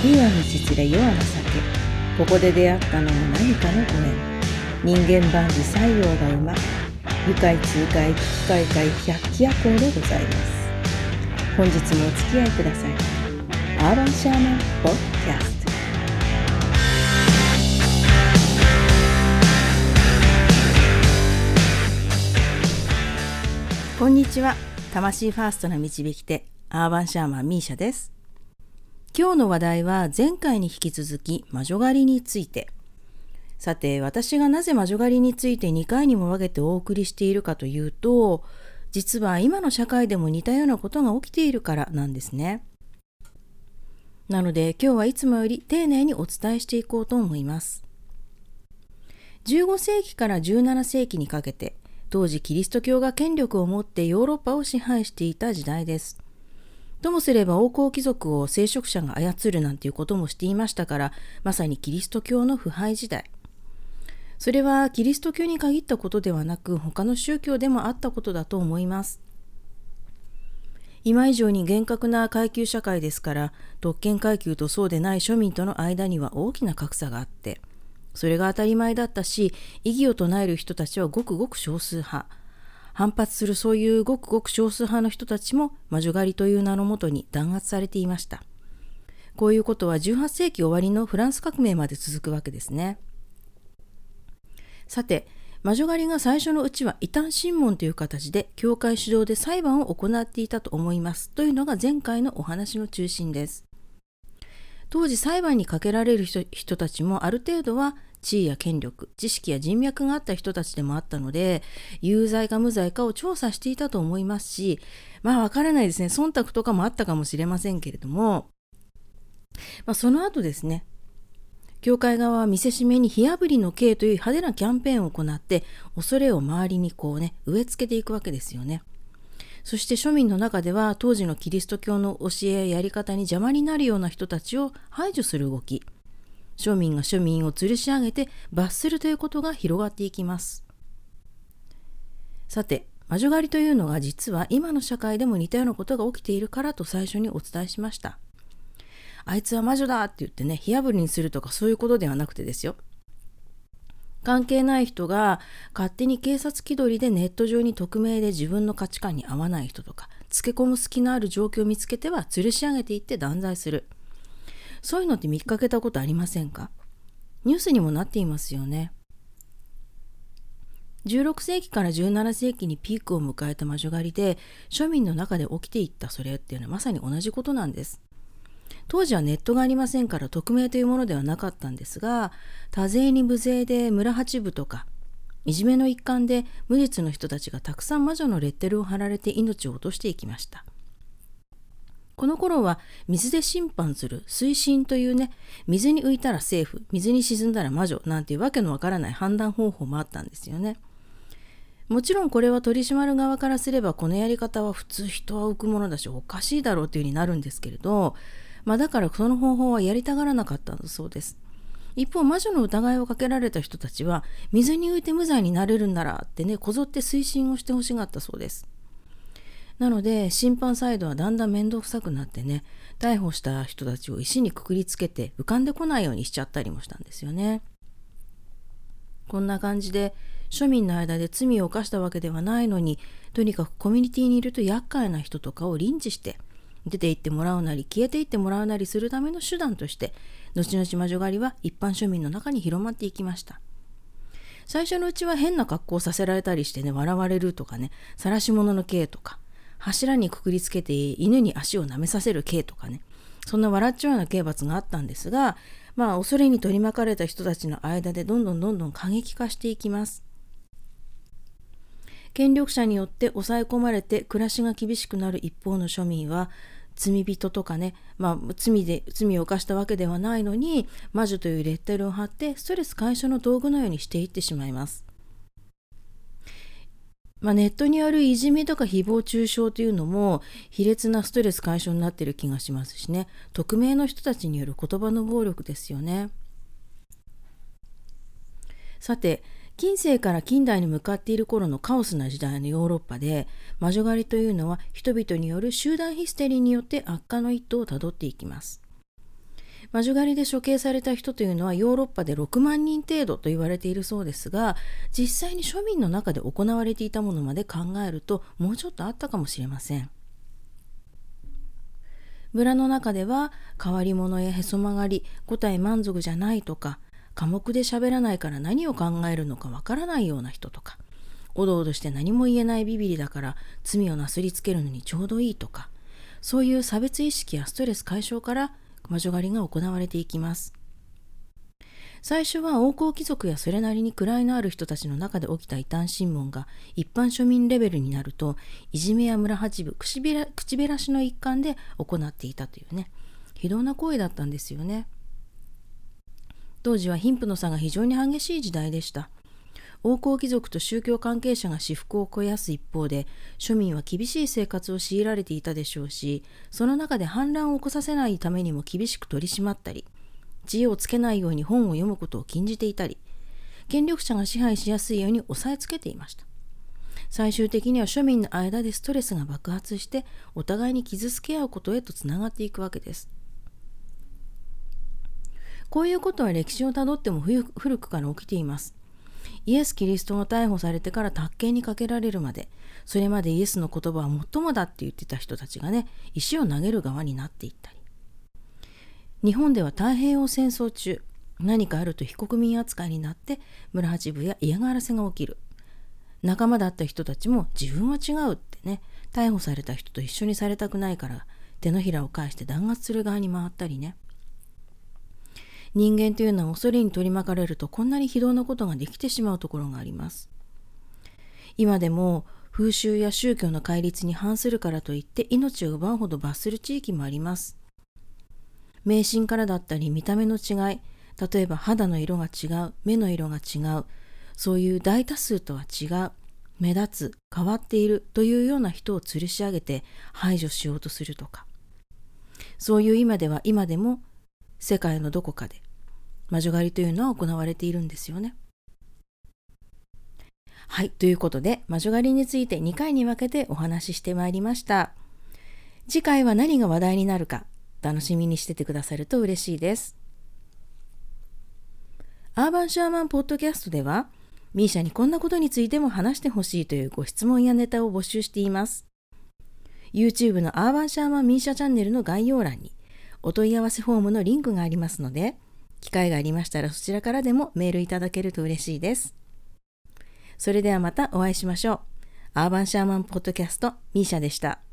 旅は道連れ世は情け。ここで出会ったのも何かのご縁。人間万事西洋が馬。愉快痛快危機快快百鬼夜行でございます。本日もお付き合いください。アーバンシャーマンポッドキャスト。こんにちは。魂ファーストな導き手アーバンシャーマンミーシャです。今日の話題は前回に引き続き魔女狩りについて。さて、私がなぜ魔女狩りについて2回にも分けてお送りしているかというと、実は今の社会でも似たようなことが起きているからなんですね。なので今日はいつもより丁寧にお伝えしていこうと思います。15世紀から17世紀にかけて、当時キリスト教が権力を持ってヨーロッパを支配していた時代です。ともすれば王侯貴族を聖職者が操るなんていうこともしていましたから、まさにキリスト教の腐敗時代。それはキリスト教に限ったことではなく、他の宗教でもあったことだと思います。今以上に厳格な階級社会ですから、特権階級とそうでない庶民との間には大きな格差があって、それが当たり前だったし、異議を唱える人たちはごくごく少数派。反発するそういうごくごく少数派の人たちも魔女狩りという名のもとに弾圧されていました。こういうことは18世紀終わりのフランス革命まで続くわけですね。さて、魔女狩りが最初のうちは異端審問という形で教会主導で裁判を行っていたと思いますというのが前回のお話の中心です。当時裁判にかけられる 人たちもある程度は地位や権力、知識や人脈があった人たちでもあったので、有罪か無罪かを調査していたと思いますし、わからないですね。忖度とかもあったかもしれませんけれども、その後ですね、教会側は見せしめに火あぶりの刑という派手なキャンペーンを行って、恐れを周りに植え付けていくわけですよね。そして庶民の中では当時のキリスト教の教えややり方に邪魔になるような人たちを排除する動き、庶民が庶民を吊るし上げて罰するということが広がっていきます。さて、魔女狩りというのが実は今の社会でも似たようなことが起きているからと最初にお伝えしました。あいつは魔女だって言ってね、火あぶりにするとかそういうことではなくてですよ。関係ない人が勝手に警察気取りでネット上に匿名で自分の価値観に合わない人とか、つけ込む隙のある状況を見つけては吊るし上げていって断罪する。そういうのって見かけたことありませんか？ニュースにもなっていますよね。16世紀から17世紀にピークを迎えた魔女狩りで、庶民の中で起きていったそれっていうのはまさに同じことなんです。当時はネットがありませんから匿名というものではなかったんですが、多勢に無勢で村八部とか、いじめの一環で無実の人たちがたくさん魔女のレッテルを貼られて命を落としていきました。この頃は水で審判する水審というね、水に浮いたらセーフ、水に沈んだら魔女なんていうわけのわからない判断方法もあったんですよね。もちろんこれは取り締まる側からすれば、このやり方は普通人は浮くものだしおかしいだろうという風になるんですけれど、だからその方法はやりたがらなかったんだそうです。一方、魔女の疑いをかけられた人たちは、水に浮いて無罪になれるんならってね、こぞって推進をしてほしがったそうです。なので審判サイドはだんだん面倒くさくなってね、逮捕した人たちを石にくくりつけて浮かんでこないようにしちゃったりもしたんですよね。こんな感じで庶民の間で罪を犯したわけではないのに、とにかくコミュニティにいると厄介な人とかをリンチして出て行ってもらうなり消えていってもらうなりするための手段として、後々魔女狩りは一般庶民の中に広まっていきました。最初のうちは変な格好をさせられたりしてね、笑われるとかね、晒し者の刑とか、柱にくくりつけて犬に足を舐めさせる刑とかね、そんな笑っちゃうような刑罰があったんですが、恐れに取り巻かれた人たちの間でどんどん過激化していきます。権力者によって抑え込まれて暮らしが厳しくなる一方の庶民は、罪人とかね、罪を犯したわけではないのに魔女というレッテルを貼ってストレス解消の道具のようにしていってしまいます。ネットによるいじめとか誹謗中傷というのも卑劣なストレス解消になっている気がしますしね、匿名の人たちによる言葉の暴力ですよね。さて、近世から近代に向かっている頃のカオスな時代のヨーロッパで、魔女狩りというのは人々による集団ヒステリーによって悪化の一途をたどっていきます。 魔女狩りで処刑された人というのはヨーロッパで6万人程度と言われているそうですが、実際に庶民の中で行われていたものまで考えるともうちょっとあったかもしれません。村の中では変わり者やへそ曲がり、五体満足じゃないとか、寡黙で喋らないから何を考えるのかわからないような人とか、おどおどして何も言えないビビリだから罪をなすりつけるのにちょうどいいとか、そういう差別意識やストレス解消から魔女狩りが行われていきます。最初は王侯貴族やそれなりに位のある人たちの中で起きた異端審問が一般庶民レベルになると、いじめや村八分、口減らしの一環で行っていたというね、非道な行為だったんですよね。当時は貧富の差が非常に激しい時代でした。王侯貴族と宗教関係者が私腹を肥やす一方で、庶民は厳しい生活を強いられていたでしょうし、その中で反乱を起こさせないためにも厳しく取り締まったり、知恵をつけないように本を読むことを禁じていたり、権力者が支配しやすいように押さえつけていました。最終的には庶民の間でストレスが爆発して、お互いに傷つけ合うことへとつながっていくわけです。こういうことは歴史をたどっても古くから起きています。イエス・キリストが逮捕されてから卓刑にかけられるまで、それまでイエスの言葉はもっともだって言ってた人たちがね、石を投げる側になっていったり、日本では太平洋戦争中、何かあると非国民扱いになって村八分や嫌がらせが起きる。仲間だった人たちも自分は違うってね、逮捕された人と一緒にされたくないから手のひらを返して弾圧する側に回ったりね。人間というのは恐れに取り巻かれるとこんなに非道なことができてしまうところがあります。今でも風習や宗教の戒律に反するからといって命を奪うほど罰する地域もあります。迷信からだったり見た目の違い、例えば肌の色が違う、目の色が違う、そういう大多数とは違う、目立つ、変わっているというような人を吊るし上げて排除しようとするとか、そういう今では今でも世界のどこかで魔女狩りというのは行われているんですよね。はい、ということで魔女狩りについて2回に分けてお話ししてまいりました。次回は何が話題になるか楽しみにしててくださると嬉しいです。アーバンシャーマンポッドキャストでは、ミーシャにこんなことについても話してほしいというご質問やネタを募集しています。YouTube のアーバンシャーマンミーシャチャンネルの概要欄にお問い合わせフォームのリンクがありますので、機会がありましたらそちらからでもメールいただけると嬉しいです。それではまたお会いしましょう。アーバンシャーマンポッドキャストミーシャでした。